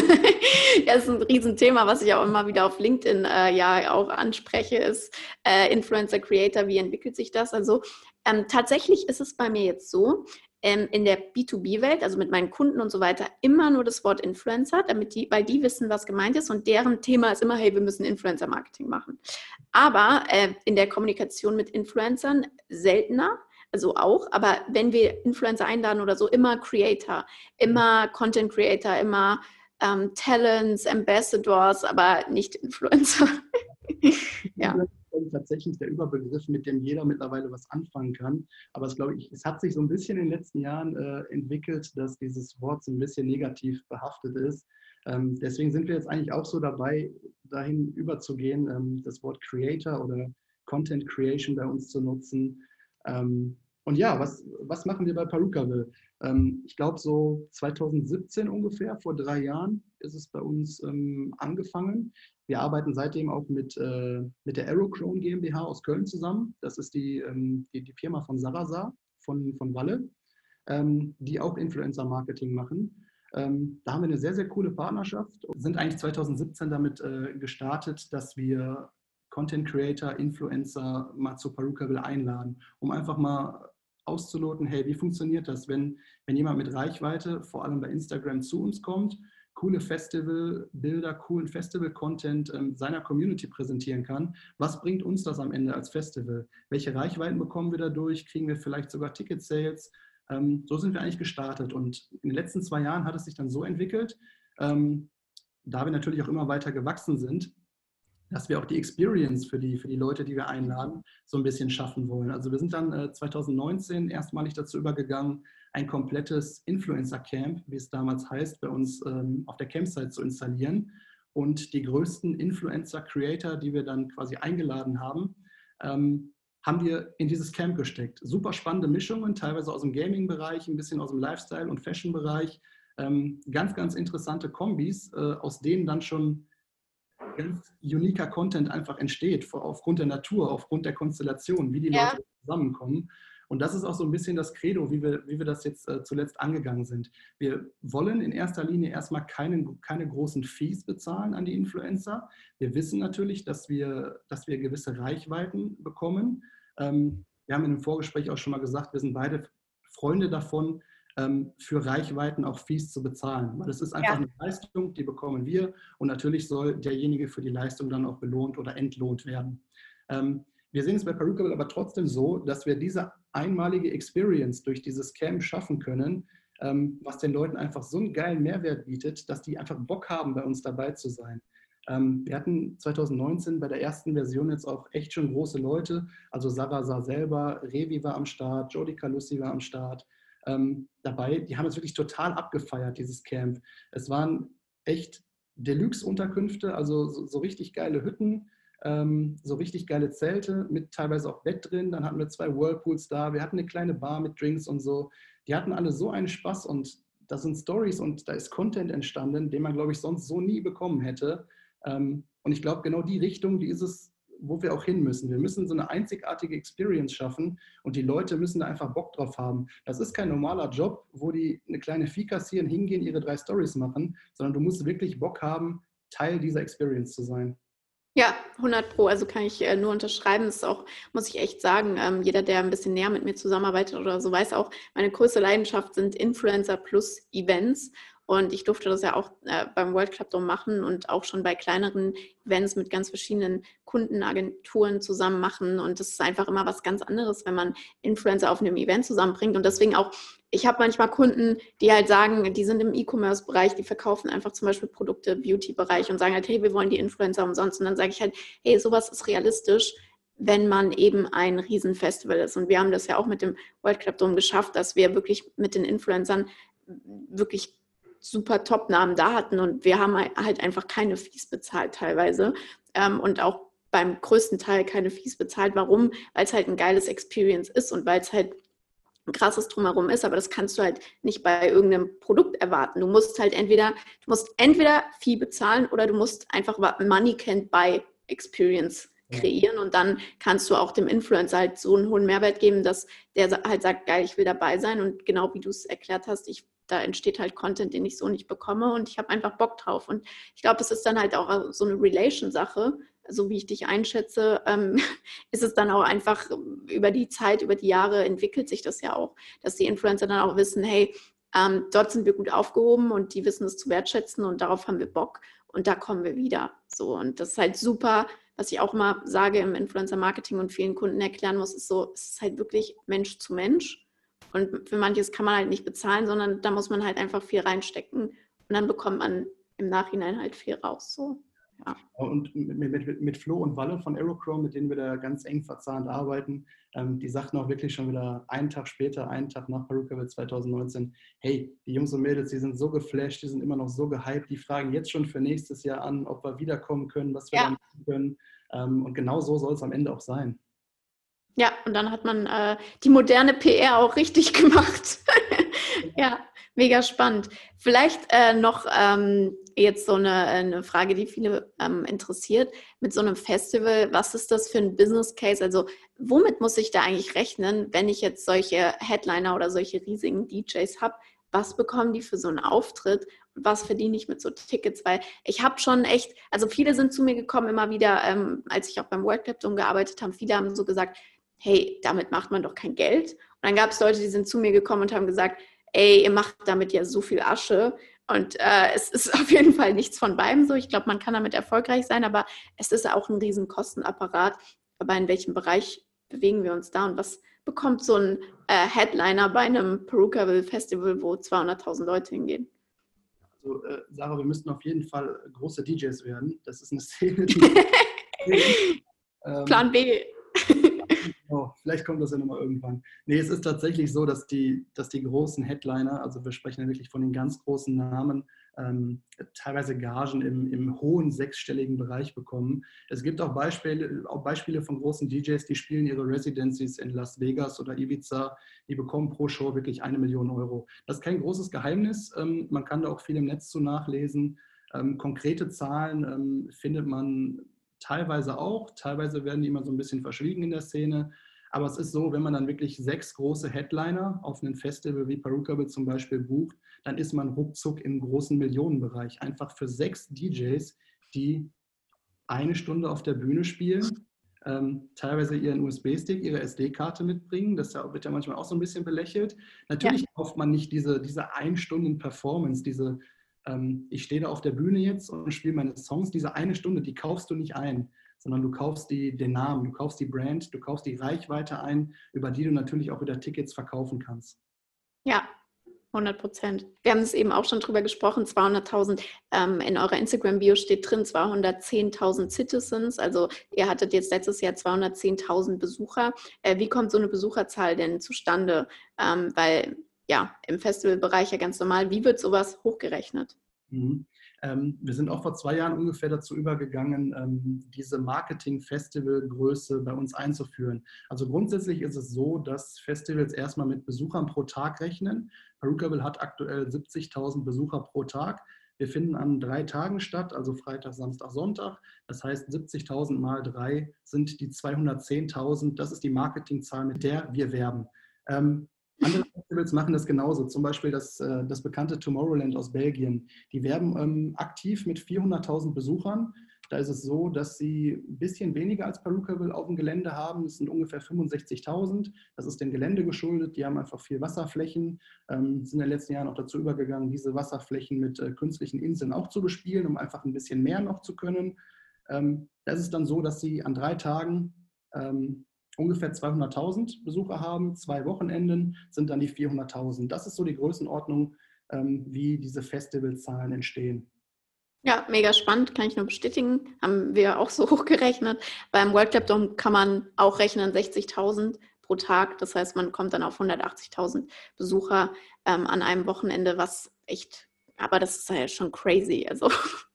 Ja, das ist ein Riesenthema, was ich auch immer wieder auf LinkedIn auch anspreche, ist Influencer, Creator, wie entwickelt sich das? Also tatsächlich ist es bei mir jetzt so, in der B2B-Welt, also mit meinen Kunden und so weiter, immer nur das Wort Influencer, weil die wissen, was gemeint ist und deren Thema ist immer, hey, wir müssen Influencer-Marketing machen. Aber in der Kommunikation mit Influencern seltener, also auch, aber wenn wir Influencer einladen oder so, immer Creator, immer Content Creator, immer Talents, Ambassadors, aber nicht Influencer. Ja. Das ist tatsächlich der Überbegriff, mit dem jeder mittlerweile was anfangen kann. Aber es hat sich so ein bisschen in den letzten Jahren entwickelt, dass dieses Wort so ein bisschen negativ behaftet ist. Deswegen sind wir jetzt eigentlich auch so dabei, dahin überzugehen, das Wort Creator oder Content Creation bei uns zu nutzen. Und ja, was machen wir bei Perukaville? Ich glaube, so 2017 ungefähr, vor 3 Jahren, ist es bei uns angefangen. Wir arbeiten seitdem auch mit der Aerochrome GmbH aus Köln zusammen. Das ist die Firma von Sarasa, von Walle, die auch Influencer-Marketing machen. Da haben wir eine sehr, sehr coole Partnerschaft und sind eigentlich 2017 damit gestartet, dass wir Content Creator, Influencer mal zu Perukaville einladen, um einfach mal auszuloten, hey, wie funktioniert das, wenn jemand mit Reichweite, vor allem bei Instagram, zu uns kommt, coole Festivalbilder, coolen Festival-Content seiner Community präsentieren kann. Was bringt uns das am Ende als Festival? Welche Reichweiten bekommen wir dadurch? Kriegen wir vielleicht sogar Ticket-Sales? So sind wir eigentlich gestartet. Und in den letzten 2 Jahren hat es sich dann so entwickelt, da wir natürlich auch immer weiter gewachsen sind, dass wir auch die Experience für die Leute, die wir einladen, so ein bisschen schaffen wollen. Also wir sind dann 2019 erstmalig dazu übergegangen, ein komplettes Influencer-Camp, wie es damals heißt, bei uns auf der Campsite zu installieren. Und die größten Influencer-Creator, die wir dann quasi eingeladen haben, haben wir in dieses Camp gesteckt. Super spannende Mischungen, teilweise aus dem Gaming-Bereich, ein bisschen aus dem Lifestyle- und Fashion-Bereich. Ganz, ganz interessante Kombis, aus denen dann schon ganz uniker Content einfach entsteht, aufgrund der Natur, aufgrund der Konstellation, wie die Leute zusammenkommen. Und das ist auch so ein bisschen das Credo, wie wir das jetzt zuletzt angegangen sind. Wir wollen in erster Linie erstmal keine großen Fees bezahlen an die Influencer. Wir wissen natürlich, dass wir gewisse Reichweiten bekommen. Wir haben in dem Vorgespräch auch schon mal gesagt, wir sind beide Freunde davon, für Reichweiten auch Fees zu bezahlen. Weil es ist einfach eine Leistung, die bekommen wir. Und natürlich soll derjenige für die Leistung dann auch belohnt oder entlohnt werden. Wir sehen es bei Perucable aber trotzdem so, dass wir diese einmalige Experience durch dieses Camp schaffen können, was den Leuten einfach so einen geilen Mehrwert bietet, dass die einfach Bock haben, bei uns dabei zu sein. Wir hatten 2019 bei der ersten Version jetzt auch echt schon große Leute, also Sarah selber, Revi war am Start, Jody Calussi war am Start, dabei. Die haben es wirklich total abgefeiert, dieses Camp. Es waren echt Deluxe-Unterkünfte, also so richtig geile Hütten, so richtig geile Zelte mit teilweise auch Bett drin. Dann hatten wir 2 Whirlpools da. Wir hatten eine kleine Bar mit Drinks und so. Die hatten alle so einen Spaß und das sind Stories und da ist Content entstanden, den man, glaube ich, sonst so nie bekommen hätte. Und ich glaube, genau die Richtung, die ist es, wo wir auch hin müssen. Wir müssen so eine einzigartige Experience schaffen und die Leute müssen da einfach Bock drauf haben. Das ist kein normaler Job, wo die eine kleine Fee kassieren, hingehen, ihre 3 Stories machen, sondern du musst wirklich Bock haben, Teil dieser Experience zu sein. Ja, 100%. Also kann ich nur unterschreiben. Das ist auch, muss ich echt sagen, jeder, der ein bisschen näher mit mir zusammenarbeitet oder so, weiß auch, meine größte Leidenschaft sind Influencer plus Events. Und ich durfte das ja auch beim World Club Dome machen und auch schon bei kleineren Events mit ganz verschiedenen Kundenagenturen zusammen machen. Und das ist einfach immer was ganz anderes, wenn man Influencer auf einem Event zusammenbringt. Und deswegen auch, ich habe manchmal Kunden, die halt sagen, die sind im E-Commerce-Bereich, die verkaufen einfach zum Beispiel Produkte im Beauty-Bereich und sagen halt, hey, wir wollen die Influencer umsonst. Und dann sage ich halt, hey, sowas ist realistisch, wenn man eben ein Riesenfestival ist. Und wir haben das ja auch mit dem World Club Dome geschafft, dass wir wirklich mit den Influencern wirklich super Top-Namen da hatten und wir haben halt einfach keine Fees bezahlt teilweise und auch beim größten Teil keine Fees bezahlt. Warum? Weil es halt ein geiles Experience ist und weil es halt ein krasses Drumherum ist, aber das kannst du halt nicht bei irgendeinem Produkt erwarten. Du musst entweder Fee bezahlen oder du musst einfach Money Can't Buy Experience kreieren und dann kannst du auch dem Influencer halt so einen hohen Mehrwert geben, dass der halt sagt, geil, ich will dabei sein und genau wie du es erklärt hast, da entsteht halt Content, den ich so nicht bekomme und ich habe einfach Bock drauf. Und ich glaube, das ist dann halt auch so eine Relation-Sache. So wie ich dich einschätze, ist es dann auch einfach über die Zeit, über die Jahre entwickelt sich das ja auch, dass die Influencer dann auch wissen, hey, dort sind wir gut aufgehoben und die wissen es zu wertschätzen und darauf haben wir Bock und da kommen wir wieder. So, und das ist halt super, was ich auch immer sage im Influencer-Marketing und vielen Kunden erklären muss, ist so, es ist halt wirklich Mensch zu Mensch. Und für manches kann man halt nicht bezahlen, sondern da muss man halt einfach viel reinstecken und dann bekommt man im Nachhinein halt viel raus. So. Ja. Und mit Flo und Walle von Aerochrome, mit denen wir da ganz eng verzahnt arbeiten, die sagten auch wirklich schon wieder einen Tag später, einen Tag nach Perucable 2019, hey, die Jungs und Mädels, die sind so geflasht, die sind immer noch so gehypt, die fragen jetzt schon für nächstes Jahr an, ob wir wiederkommen können, was wir dann machen können. Und genau so soll es am Ende auch sein. Ja, und dann hat man die moderne PR auch richtig gemacht. Ja, mega spannend. Vielleicht noch jetzt so eine Frage, die viele interessiert. Mit so einem Festival, was ist das für ein Business Case? Also womit muss ich da eigentlich rechnen, wenn ich jetzt solche Headliner oder solche riesigen DJs habe? Was bekommen die für so einen Auftritt? Und was verdiene ich mit so Tickets? Weil ich habe schon echt, also viele sind zu mir gekommen immer wieder, als ich auch beim World Club Dome gearbeitet habe, viele haben so gesagt, hey, damit macht man doch kein Geld. Und dann gab es Leute, die sind zu mir gekommen und haben gesagt, ey, ihr macht damit ja so viel Asche. Und es ist auf jeden Fall nichts von beidem so. Ich glaube, man kann damit erfolgreich sein, aber es ist auch ein riesen Kostenapparat. Aber in welchem Bereich bewegen wir uns da? Und was bekommt so ein Headliner bei einem Perucable Festival, wo 200.000 Leute hingehen? Also, Sarah, wir müssten auf jeden Fall große DJs werden. Das ist eine Szene, Plan B. Oh, vielleicht kommt das ja nochmal irgendwann. Nee, es ist tatsächlich so, dass die großen Headliner, also wir sprechen ja wirklich von den ganz großen Namen, teilweise Gagen im hohen sechsstelligen Bereich bekommen. Es gibt auch Beispiele von großen DJs, die spielen ihre Residencies in Las Vegas oder Ibiza, die bekommen pro Show wirklich 1 Million Euro. Das ist kein großes Geheimnis, man kann da auch viel im Netz zu nachlesen. Konkrete Zahlen findet man teilweise auch, teilweise werden die immer so ein bisschen verschwiegen in der Szene. Aber es ist so, wenn man dann wirklich 6 große Headliner auf einem Festival wie Parukabel zum Beispiel bucht, dann ist man ruckzuck im großen Millionenbereich. Einfach für 6 DJs, die 1 Stunde auf der Bühne spielen, teilweise ihren USB-Stick, ihre SD-Karte mitbringen. Das wird ja manchmal auch so ein bisschen belächelt. Natürlich kauft man nicht diese 1 Stunden Performance, ich stehe da auf der Bühne jetzt und spiele meine Songs. Diese 1 Stunde, die kaufst du nicht ein, sondern du kaufst den Namen, du kaufst die Brand, du kaufst die Reichweite ein, über die du natürlich auch wieder Tickets verkaufen kannst. Ja, 100%. Wir haben es eben auch schon drüber gesprochen, 200.000, in eurer Instagram-Bio steht drin, 210.000 Citizens, also ihr hattet jetzt letztes Jahr 210.000 Besucher. Wie kommt so eine Besucherzahl denn zustande? Weil ja, im Festivalbereich ja ganz normal, wie wird sowas hochgerechnet? Wir sind auch vor 2 Jahren ungefähr dazu übergegangen, diese Marketing-Festival-Größe bei uns einzuführen. Also grundsätzlich ist es so, dass Festivals erstmal mit Besuchern pro Tag rechnen. Parukabel hat aktuell 70.000 Besucher pro Tag. Wir finden an 3 Tagen statt, also Freitag, Samstag, Sonntag. Das heißt, 70.000 mal 3 sind die 210.000. Das ist die Marketingzahl, mit der wir werben. Andere Festivals machen das genauso. Zum Beispiel das bekannte Tomorrowland aus Belgien. Die werben aktiv mit 400.000 Besuchern. Da ist es so, dass sie ein bisschen weniger als Parukabel auf dem Gelände haben. Das sind ungefähr 65.000. Das ist dem Gelände geschuldet. Die haben einfach viel Wasserflächen. Sind in den letzten Jahren auch dazu übergegangen, diese Wasserflächen mit künstlichen Inseln auch zu bespielen, um einfach ein bisschen mehr noch zu können. Da ist es dann so, dass sie an 3 Tagen ungefähr 200.000 Besucher haben. 2 Wochenenden sind dann die 400.000. Das ist so die Größenordnung, wie diese Festivalzahlen entstehen. Ja, mega spannend, kann ich nur bestätigen. Haben wir auch so hochgerechnet. Beim World Club Dome kann man auch rechnen 60.000 pro Tag. Das heißt, man kommt dann auf 180.000 Besucher an einem Wochenende, was echt, aber das ist ja schon crazy. Also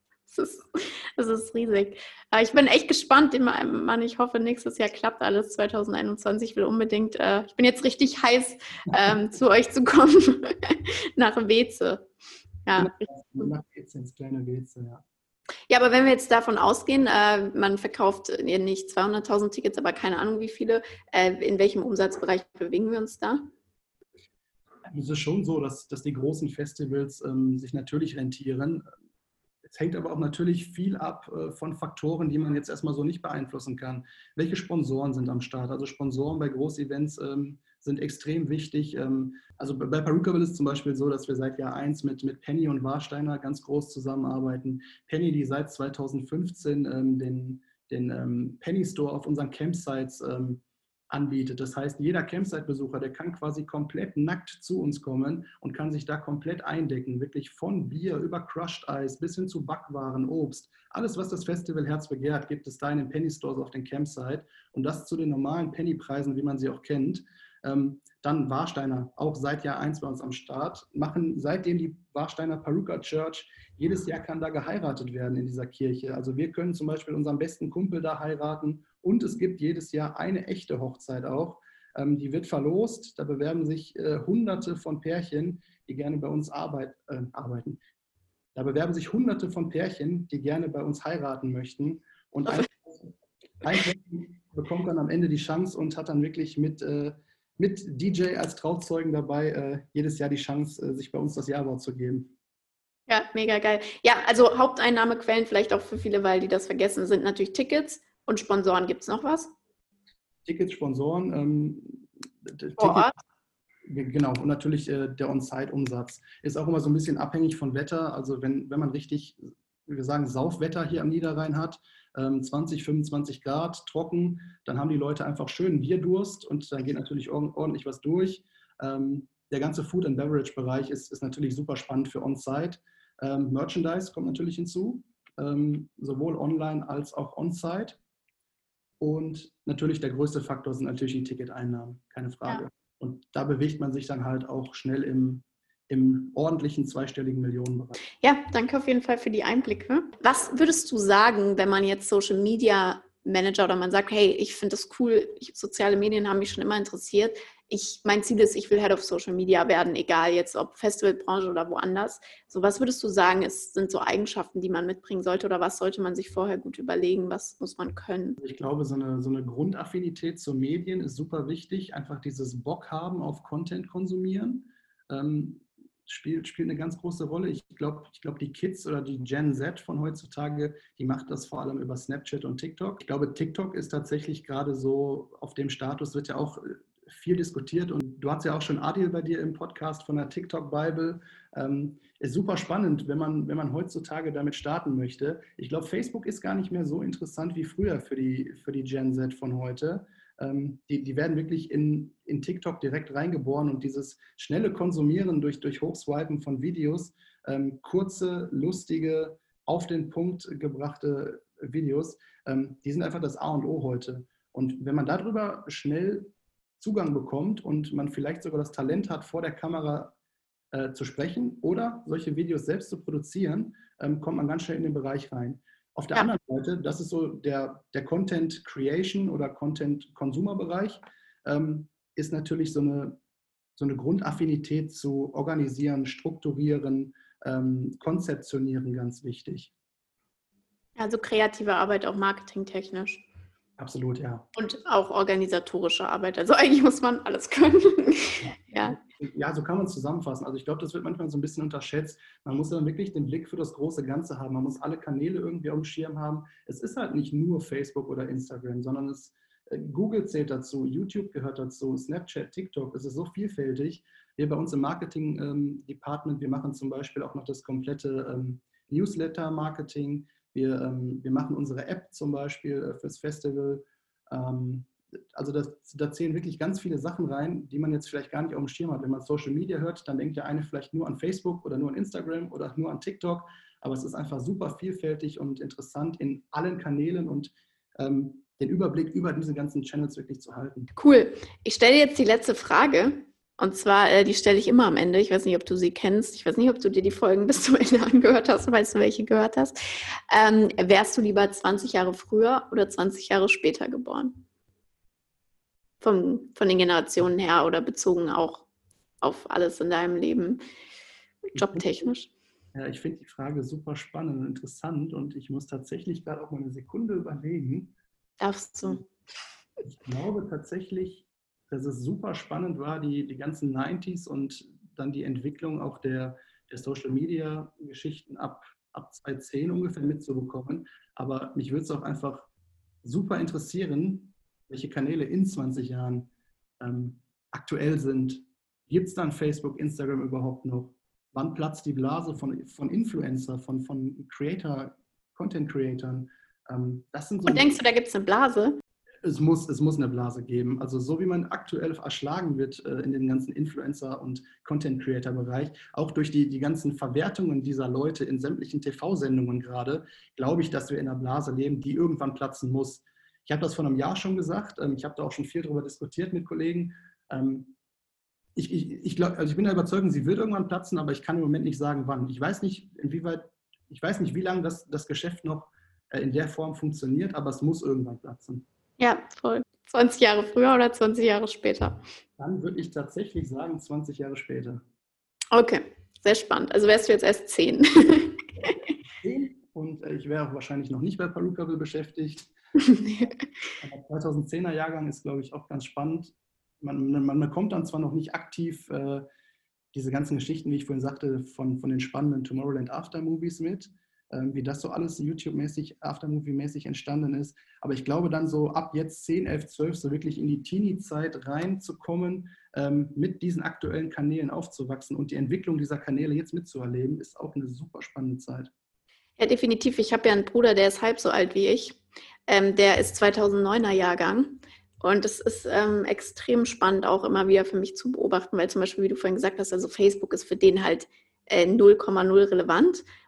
es ist riesig. Ich bin echt gespannt, Mann. Ich hoffe, nächstes Jahr klappt alles. 2021. Ich will unbedingt, ich bin jetzt richtig heiß, zu euch zu kommen, nach Weze. Ja, nach Weze, ins kleine Weze, ja. Ja, aber wenn wir jetzt davon ausgehen, man verkauft nicht 200.000 Tickets, aber keine Ahnung wie viele, in welchem Umsatzbereich bewegen wir uns da? Es ist schon so, dass die großen Festivals sich natürlich rentieren. Es hängt aber auch natürlich viel ab von Faktoren, die man jetzt erstmal so nicht beeinflussen kann. Welche Sponsoren sind am Start? Also Sponsoren bei Großevents sind extrem wichtig. Also bei Parukabel ist es zum Beispiel so, dass wir seit Jahr 1 mit Penny und Warsteiner ganz groß zusammenarbeiten. Penny, die seit 2015 den Penny Store auf unseren Campsites anbietet. Das heißt, jeder Campsite-Besucher, der kann quasi komplett nackt zu uns kommen und kann sich da komplett eindecken. Wirklich von Bier über Crushed Eis bis hin zu Backwaren, Obst. Alles, was das Festival Herz begehrt, gibt es da in den Penny Stores auf den Campsite. Und das zu den normalen Penny-Preisen, wie man sie auch kennt. Dann Warsteiner, auch seit Jahr 1 bei uns am Start, machen seitdem die Warsteiner Paruka Church, jedes Jahr kann da geheiratet werden in dieser Kirche. Also wir können zum Beispiel unseren besten Kumpel da heiraten und es gibt jedes Jahr eine echte Hochzeit auch. Die wird verlost, da bewerben sich Hunderte von Pärchen, die gerne bei uns arbeiten. Da bewerben sich Hunderte von Pärchen, die gerne bei uns heiraten möchten und ein Pärchen bekommt dann am Ende die Chance und hat dann wirklich mit DJ als Trauzeugen dabei jedes Jahr die Chance, sich bei uns das Ja-Wort zu geben. Ja, mega geil. Ja, also Haupteinnahmequellen vielleicht auch für viele, weil die das vergessen, sind natürlich Tickets und Sponsoren. Gibt es noch was? Tickets, Sponsoren, Vor Ort? Genau, und natürlich der On-Site-Umsatz. Ist auch immer so ein bisschen abhängig von Wetter. Also wenn man richtig, wie wir sagen, Saufwetter hier am Niederrhein hat, 20, 25 Grad, trocken, dann haben die Leute einfach schön Bierdurst und dann geht natürlich ordentlich was durch. Der ganze Food- and Beverage-Bereich ist natürlich super spannend für On-Site. Merchandise kommt natürlich hinzu, sowohl online als auch On-Site. Und natürlich der größte Faktor sind natürlich die Ticketeinnahmen, keine Frage. Ja. Und da bewegt man sich dann halt auch schnell im ordentlichen zweistelligen Millionenbereich. Ja, danke auf jeden Fall für die Einblicke. Was würdest du sagen, wenn man jetzt Social Media Manager oder man sagt, hey, ich finde das cool, soziale Medien haben mich schon immer interessiert. Mein Ziel ist, ich will Head of Social Media werden, egal jetzt ob Festivalbranche oder woanders. So, was würdest du sagen, sind so Eigenschaften, die man mitbringen sollte oder was sollte man sich vorher gut überlegen, was muss man können? Ich glaube, so eine Grundaffinität zu Medien ist super wichtig. Einfach dieses Bock haben auf Content konsumieren. Spielt eine ganz große Rolle. Ich glaube, die Kids oder die Gen Z von heutzutage, die macht das vor allem über Snapchat und TikTok. Ich glaube, TikTok ist tatsächlich gerade so auf dem Status, wird ja auch viel diskutiert und du hast ja auch schon Adil bei dir im Podcast von der TikTok-Bible. Ist super spannend, wenn man heutzutage damit starten möchte. Ich glaube, Facebook ist gar nicht mehr so interessant wie früher für die Gen Z von heute. Die werden wirklich in TikTok direkt reingeboren und dieses schnelle Konsumieren durch Hochswipen von Videos, kurze, lustige, auf den Punkt gebrachte Videos, die sind einfach das A und O heute. Und wenn man darüber schnell Zugang bekommt und man vielleicht sogar das Talent hat, vor der Kamera zu sprechen oder solche Videos selbst zu produzieren, kommt man ganz schnell in den Bereich rein. Auf der anderen Seite, das ist so der Content Creation oder Content Consumer Bereich, ist natürlich so eine Grundaffinität zu organisieren, strukturieren, konzeptionieren ganz wichtig. Also kreative Arbeit, auch marketingtechnisch. Absolut, ja. Und auch organisatorische Arbeit. Also eigentlich muss man alles können. Ja. Ja, so kann man es zusammenfassen. Also ich glaube, das wird manchmal so ein bisschen unterschätzt. Man muss dann wirklich den Blick für das große Ganze haben. Man muss alle Kanäle irgendwie auf dem Schirm haben. Es ist halt nicht nur Facebook oder Instagram, sondern Google zählt dazu, YouTube gehört dazu, Snapchat, TikTok. Es ist so vielfältig. Wir bei uns im Marketing-Department, wir machen zum Beispiel auch noch das komplette Newsletter-Marketing. Wir machen unsere App zum Beispiel fürs Festival. Also da zählen wirklich ganz viele Sachen rein, die man jetzt vielleicht gar nicht auf dem Schirm hat. Wenn man Social Media hört, dann denkt der eine vielleicht nur an Facebook oder nur an Instagram oder nur an TikTok. Aber es ist einfach super vielfältig und interessant in allen Kanälen und den Überblick über diese ganzen Channels wirklich zu halten. Cool. Ich stelle jetzt die letzte Frage. Und zwar, die stelle ich immer am Ende. Ich weiß nicht, ob du sie kennst. Ich weiß nicht, ob du dir die Folgen bis zum Ende angehört hast, falls du welche gehört hast. Wärst du lieber 20 Jahre früher oder 20 Jahre später geboren? Von den Generationen her oder bezogen auch auf alles in deinem Leben, jobtechnisch? Ja, ich finde die Frage super spannend und interessant und ich muss tatsächlich gerade auch mal eine Sekunde überlegen. Darfst du? Ich glaube tatsächlich, dass es super spannend war, die ganzen 90s und dann die Entwicklung auch der Social-Media-Geschichten ab 2010 ungefähr mitzubekommen. Aber mich würde es auch einfach super interessieren, welche Kanäle in 20 Jahren aktuell sind. Gibt es dann Facebook, Instagram überhaupt noch? Wann platzt die Blase von Influencer, von Content-Creatern? Das sind so. Und denkst du, da gibt es eine Blase? Es muss eine Blase geben. Also so wie man aktuell erschlagen wird in dem ganzen Influencer- und Content-Creator-Bereich, auch durch die ganzen Verwertungen dieser Leute in sämtlichen TV-Sendungen gerade, glaube ich, dass wir in einer Blase leben, die irgendwann platzen muss. Ich habe das vor einem Jahr schon gesagt. Ich habe da auch schon viel darüber diskutiert mit Kollegen. Ich bin der Überzeugung, sie wird irgendwann platzen, aber ich kann im Moment nicht sagen, wann. Ich weiß nicht, wie lange das Geschäft noch in der Form funktioniert, aber es muss irgendwann platzen. Ja, voll. 20 Jahre früher oder 20 Jahre später? Dann würde ich tatsächlich sagen 20 Jahre später. Okay, sehr spannend. Also wärst du jetzt erst 10. 10 und ich wäre auch wahrscheinlich noch nicht bei Perukable beschäftigt. Aber 2010er Jahrgang ist, glaube ich, auch ganz spannend. Man bekommt dann zwar noch nicht aktiv diese ganzen Geschichten, wie ich vorhin sagte, von den spannenden Tomorrowland Aftermovies mit, wie das so alles YouTube-mäßig, Aftermovie-mäßig entstanden ist. Aber ich glaube dann so ab jetzt 10, 11, 12 so wirklich in die Teenie-Zeit reinzukommen, mit diesen aktuellen Kanälen aufzuwachsen und die Entwicklung dieser Kanäle jetzt mitzuerleben, ist auch eine super spannende Zeit. Ja, definitiv. Ich habe ja einen Bruder, der ist halb so alt wie ich. Der ist 2009er Jahrgang. Und es ist extrem spannend auch immer wieder für mich zu beobachten, weil zum Beispiel, wie du vorhin gesagt hast, also Facebook ist für den halt 0,0 relevant.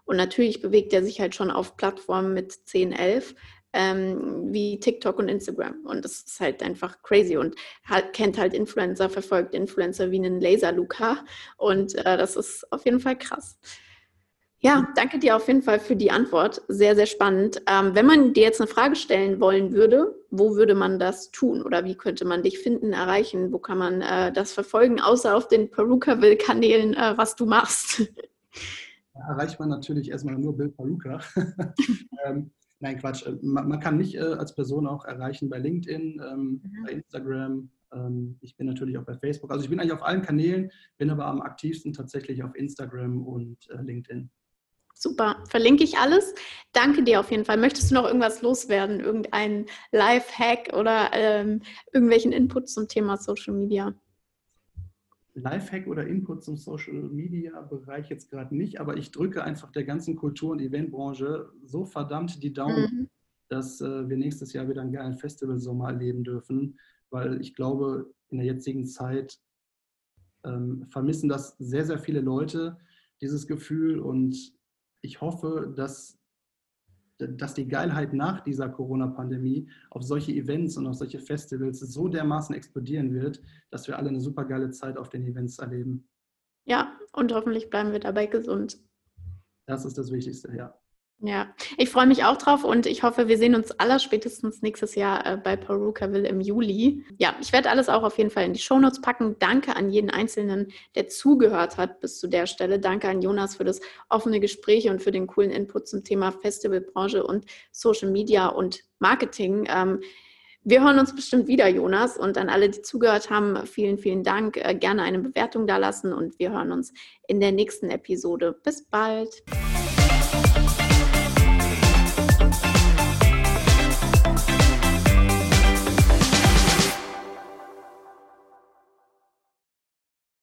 Und natürlich bewegt er sich halt schon auf Plattformen mit 10, 11, wie TikTok und Instagram. Und das ist halt einfach crazy und kennt halt Influencer, verfolgt Influencer wie einen Laser-Luca. Und das ist auf jeden Fall krass. Ja, danke dir auf jeden Fall für die Antwort. Sehr, sehr spannend. Wenn man dir jetzt eine Frage stellen wollen würde, wo würde man das tun? Oder wie könnte man dich finden, erreichen? Wo kann man das verfolgen, außer auf den Perukaville-Kanälen, was du machst? Erreicht man natürlich erstmal nur Bill Paluca. Nein, Quatsch. Man kann mich als Person auch erreichen bei LinkedIn, bei Instagram. Ich bin natürlich auch bei Facebook. Also ich bin eigentlich auf allen Kanälen, bin aber am aktivsten tatsächlich auf Instagram und LinkedIn. Super, verlinke ich alles. Danke dir auf jeden Fall. Möchtest du noch irgendwas loswerden? Irgendein Life-Hack oder irgendwelchen Input zum Thema Social Media? Lifehack oder Input zum Social-Media-Bereich jetzt gerade nicht, aber ich drücke einfach der ganzen Kultur- und Eventbranche so verdammt die Daumen, dass wir nächstes Jahr wieder einen geilen Festivalsommer erleben dürfen, weil ich glaube, in der jetzigen Zeit vermissen das sehr, sehr viele Leute, dieses Gefühl, und ich hoffe, dass die Geilheit nach dieser Corona-Pandemie auf solche Events und auf solche Festivals so dermaßen explodieren wird, dass wir alle eine super geile Zeit auf den Events erleben. Ja, und hoffentlich bleiben wir dabei gesund. Das ist das Wichtigste, ja. Ja, ich freue mich auch drauf und ich hoffe, wir sehen uns allerspätestens nächstes Jahr bei Perukaville im Juli. Ja, ich werde alles auch auf jeden Fall in die Shownotes packen. Danke an jeden Einzelnen, der zugehört hat bis zu der Stelle. Danke an Jonas für das offene Gespräch und für den coolen Input zum Thema Festivalbranche und Social Media und Marketing. Wir hören uns bestimmt wieder, Jonas, und an alle, die zugehört haben, vielen, vielen Dank. Gerne eine Bewertung dalassen und wir hören uns in der nächsten Episode. Bis bald.